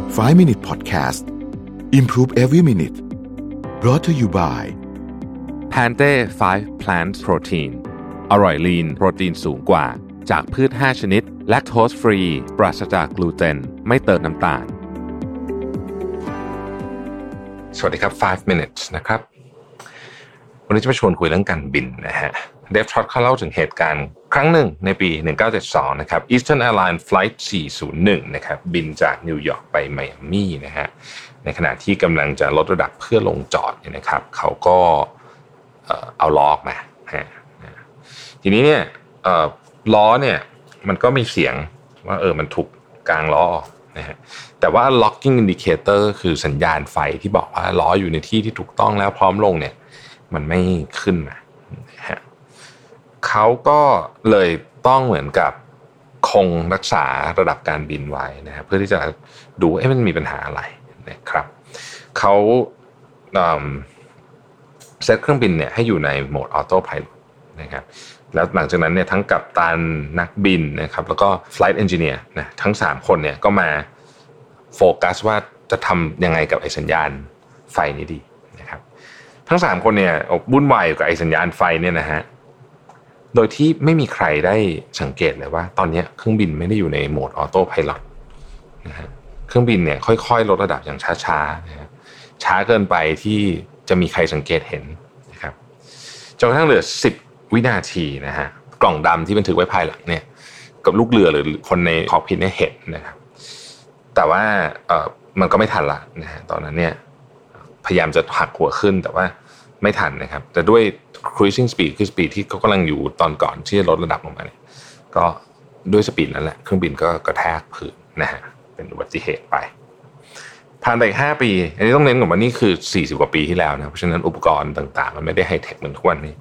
5-Minute Podcast Improve Every Minute Brought to you by Pante 5 Plant Protein อร่อยลีนโปรตีนสูงกว่าจากพืช5ชนิดแลคโตสฟรีปราศจากกลูเตนไม่เติมน้ำตาลสวัสดีครับ5 minutes นะครับวันนี้จะมาชวนคุยเรื่องการบินนะฮะเดฟทรอตเขาเล่าถึงเหตุการณ์ครั้งหนึ่งในปี1972นะครับ Eastern Airlines Flight 401นะครับบินจากนิวยอร์กไปไมอามี่นะฮะในขณะที่กำลังจะลดระดับเพื่อลงจอดเนี่ยนะครับเขาก็เอาล้อออกมาทีนี้เนี่ยล้อเนี่ยมันก็มีเสียงว่ามันถูกกางล้อนะฮะแต่ว่า locking indicator คือสัญญาณไฟที่บอกว่าล้ออยู่ในที่ที่ถูกต้องแล้วพร้อมลงเนี่ยมันไม่ขึ้นมานะฮะเขาก็เลยต้องเหมือนกับคงรักษาระดับการบินไว้นะฮะเพื่อที่จะดูมันมีปัญหาอะไรนะครับเขาเซตเครื่องบินเนี่ยให้อยู่ในโหมดออโต้ไพลอตนะครับแล้วหลังจากนั้นเนี่ยทั้งกัปตันนักบินนะครับแล้วก็ flight engineer นะทั้ง3คนเนี่ยก็มาโฟกัสว่าจะทำยังไงกับไอ้สัญญาณไฟนี้ดีนะครับทั้ง3คนเนี่ยวุ่นวายกับไอ้สัญญาณไฟเนี่ยนะฮะโดยที่ไม่มีใครได้สังเกตเลยว่าตอนนี้เครื่องบินไม่ได้อยู่ในโหมดออโต้ไพลอตนะฮะเครื่องบินเนี่ยค่อยๆลดระดับอย่างช้าๆนะฮะช้าเกินไปที่จะมีใครสังเกตเห็นนะครับจนกระทั่งเหลือ10วินาทีนะฮะกล่องดำที่บันทึกไว้ภายหลังเนี่ยกับลูกเรือหรือคนในคอกพิทเนี่ยเห็นนะครับแต่ว่ามันก็ไม่ทันละนะฮะตอนนั้นเนี่ยพยายามจะหักหัวขึ้นแต่ว่าไม่ทันนะครับแต่ด้วย cruising speed คือ speed ที่เขากำลังอยู่ตอนก่อนที่จะลดระดับลงมาเนี่ยก็ด้วยสปีดนั้นแหละเครื่องบินก็กระแทกพื้นนะฮะเป็นอุบัติเหตุไปผ่านไป5ปีอันนี้ต้องเน้นก่อนว่านี่คือ40กว่าปีที่แล้วนะเพราะฉะนั้นอุปกรณ์ต่างๆมันไม่ได้ไฮเทคเหมือนทุกวันนี้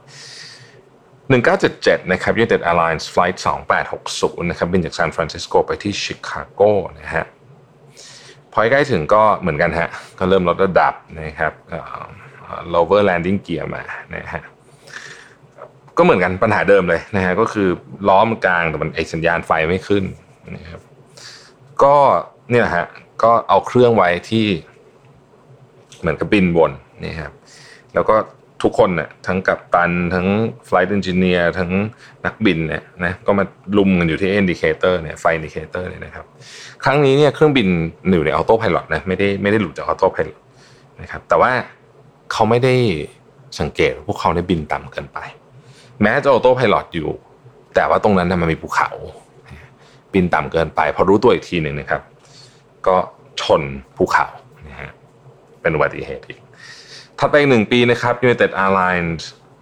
1977นะครับ United Airlines Flight 2860นะครับบินจากซานฟรานซิสโกไปที่ชิคาโกนะฮะพอใกล้ถึงก็เหมือนกันฮะก็เริ่มลดระดับนะครับlower landing gear มานะฮะก็เหมือนกันปัญหาเดิมเลยนะฮะก็คือล้อมันกลางแต่มันไอสัญญาณไฟไม่ขึ้นนะครับก็เนี่ยฮะก็เอาเครื่องไว้ที่เหมือนกับบินวนนี่ครับแล้วก็ทุกคนเนี่ยทั้งกัปตันทั้ง flight engineer ทั้งนักบินเนี่ยนะก็มาลุมกันอยู่ที่ indicator เนี่ยไฟ indicator เนี่ยนะครับครั้งนี้เนี่ยเครื่องบินอยู่ใน auto pilot นะไม่ได้หลุดจาก auto pilot นะครับแต่ว่าเขาไม่ได้สังเกตพวกเขาได้บินต่ำเกินไปแม้จะ auto pilot อยู่แต่ว่าตรงนั้นมันมีภูเขาบินต่ำเกินไปพอรู้ตัวอีกทีหนึ่งนะครับก็ชนภูเขานะฮะเป็นอุบัติเหตุอีกถัดไปอีก1ปีนะครับ United Airlines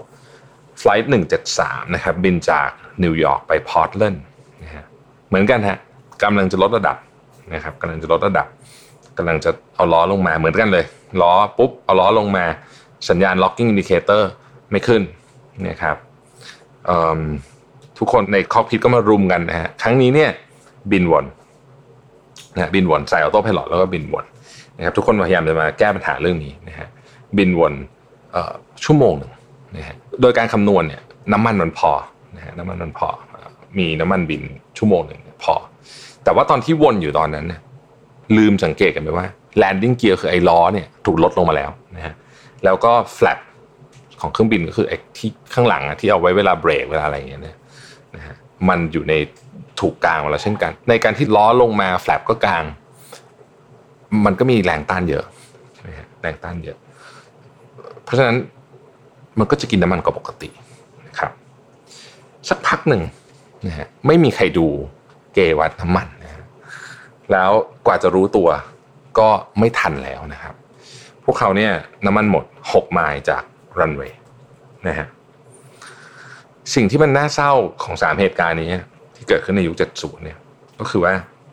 Flight 173นะครับบินจากนิวยอร์กไปพอร์ตแลนด์นะฮะเหมือนกันฮะกำลังจะลดระดับนะครับกำลังจะลดระดับกำลังจะเอาล้อลงมาเหมือนกันเลยล้อปุ๊บเอาล้อลงมาสัญญาณ locking indicator ไม่ขึ้นนะครับทุกคนในคอกพิทก็มารุมกันนะฮะครั้งนี้เนี่ยบินวนนะบินวนใส่ออโต้ไพลอตแล้วก็บินวนนะครับทุกคนพยายามจะมาแก้ปัญหาเรื่องนี้นะฮะบินวนชั่วโมงนึงนะฮะโดยการคำนวณเนี่ยน้ำมันมันพอนะฮะน้ำมันมันพอมีน้ำมันบินชั่วโมงนึงพอแต่ว่าตอนที่วนอยู่ตอนนั้นเนี่ยลืมสังเกตกันไปว่า landing gear คือไอ้ล้อเนี่ยถูกลดลงมาแล้วนะฮะแล้วก็ flap ของเครื่องบินก็คือไอ้ที่ข้างหลังอ่ะที่เอาไว้เวลาเบรกเวลาอะไรอย่างเงี้ยนะฮะมันอยู่ในถูกกางมาแล้วเช่นกันในการที่ล้อลงมา flap ก็กางมันก็มีแรงต้านเยอะนะฮะแรงต้านเยอะเพราะฉะนั้นมันก็จะกินน้ำมันกว่าปกตินะครับสักพักหนึ่งนะฮะไม่มีใครดูเกวัดน้ำมันนะฮะแล้วกว่าจะรู้ตัวก็ไม่ทันแล้วนะครับพวกเขาเนี่ยน้ำมันหมด6ไมล์จากรันเวย์นะฮะสิ่งที่มันน่าเศร้าของ3เหตุการณ์นี้ที่เกิดขึ้นในยุค70เนี่ยก็คือว่า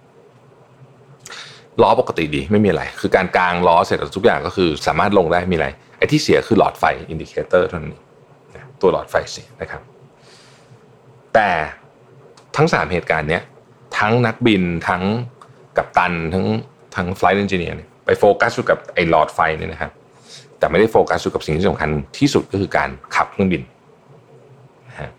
ล้อปกติดีไม่มีอะไรคือการกางล้อเสร็จทุกอย่างก็คือสามารถลงได้มีอะไรไอ้ที่เสียคือหลอดไฟอินดิเคเตอร์เท่านั้นตัวหลอดไฟเสียนะครับแต่ทั้ง3เหตุการณ์เนี้ยทั้งนักบินทั้งกัปตันทั้ง flight engineer เนี่ยไปโฟกัสอยู่กับไอ้หลอดไฟเนี่ยนะครับแต่ไม่ได้โฟกัสอยู่กับสิ่งที่สำคัญที่สุดก็คือการขับเครื่องบินนะฮะ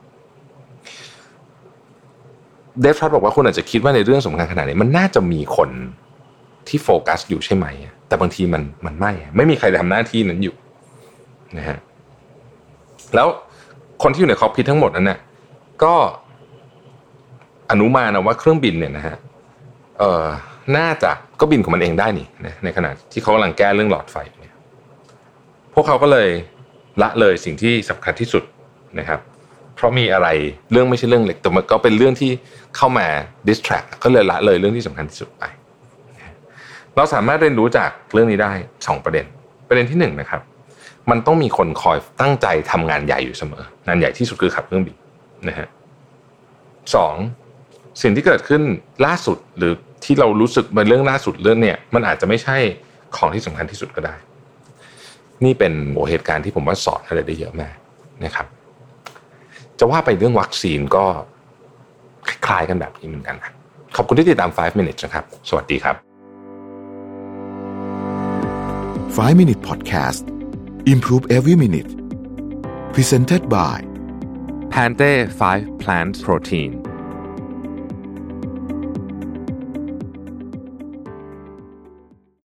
เดฟทรัสบอกว่าคุณอาจจะคิดว่าในเรื่องสำคัญขนาดนี้มันน่าจะมีคนที่โฟกัสอยู่ใช่ไหมแต่บางทีมันไม่มีใครทำหน้าที่นั้นอยู่นะฮะแล้วคนที่อยู่ในคอกพิททั้งหมดนั้นเนี่ยก็อนุมานนะว่าเครื่องบินเนี่ยนะฮะน่าจะก็บินของมันเองได้นี่นะในขณะที่เขากำลังแก้เรื่องหลอดไฟเนี่ยพวกเขาก็เลยละเลยสิ่งที่สำคัญที่สุดนะครับเพราะมีอะไรเรื่องไม่ใช่เรื่องเล็กแต่มันก็เป็นเรื่องที่เข้ามา distract ก็เลยละเลยเรื่องที่สำคัญที่สุดไปเราสามารถเรียนรู้จากเรื่องนี้ได้2ประเด็นที่1นะครับมันต้องมีคนคอยตั้งใจทำงานใหญ่อยู่เสมองานใหญ่ที่สุดคือขับเครื่องบินนะฮะ2สิ่งที่เกิดขึ้นล่าสุดหรือที่เรารู้สึกเป็นเรื่องล่าสุดเรื่องเนี่ยมันอาจจะไม่ใช่ของที่สำคัญที่สุดก็ได้นี่เป็นเหตุการณ์ที่ผมว่าสอนอะไรได้เยอะมากนะครับจะว่าไปเรื่องวัคซีนก็คล้ายๆกันแบบนี้เหมือนกันนะขอบคุณที่ติดตาม5 minutes นะครับสวัสดีครับ 5 Minute Podcast Improve Every Minute Presented by Pante 5 Plant Protein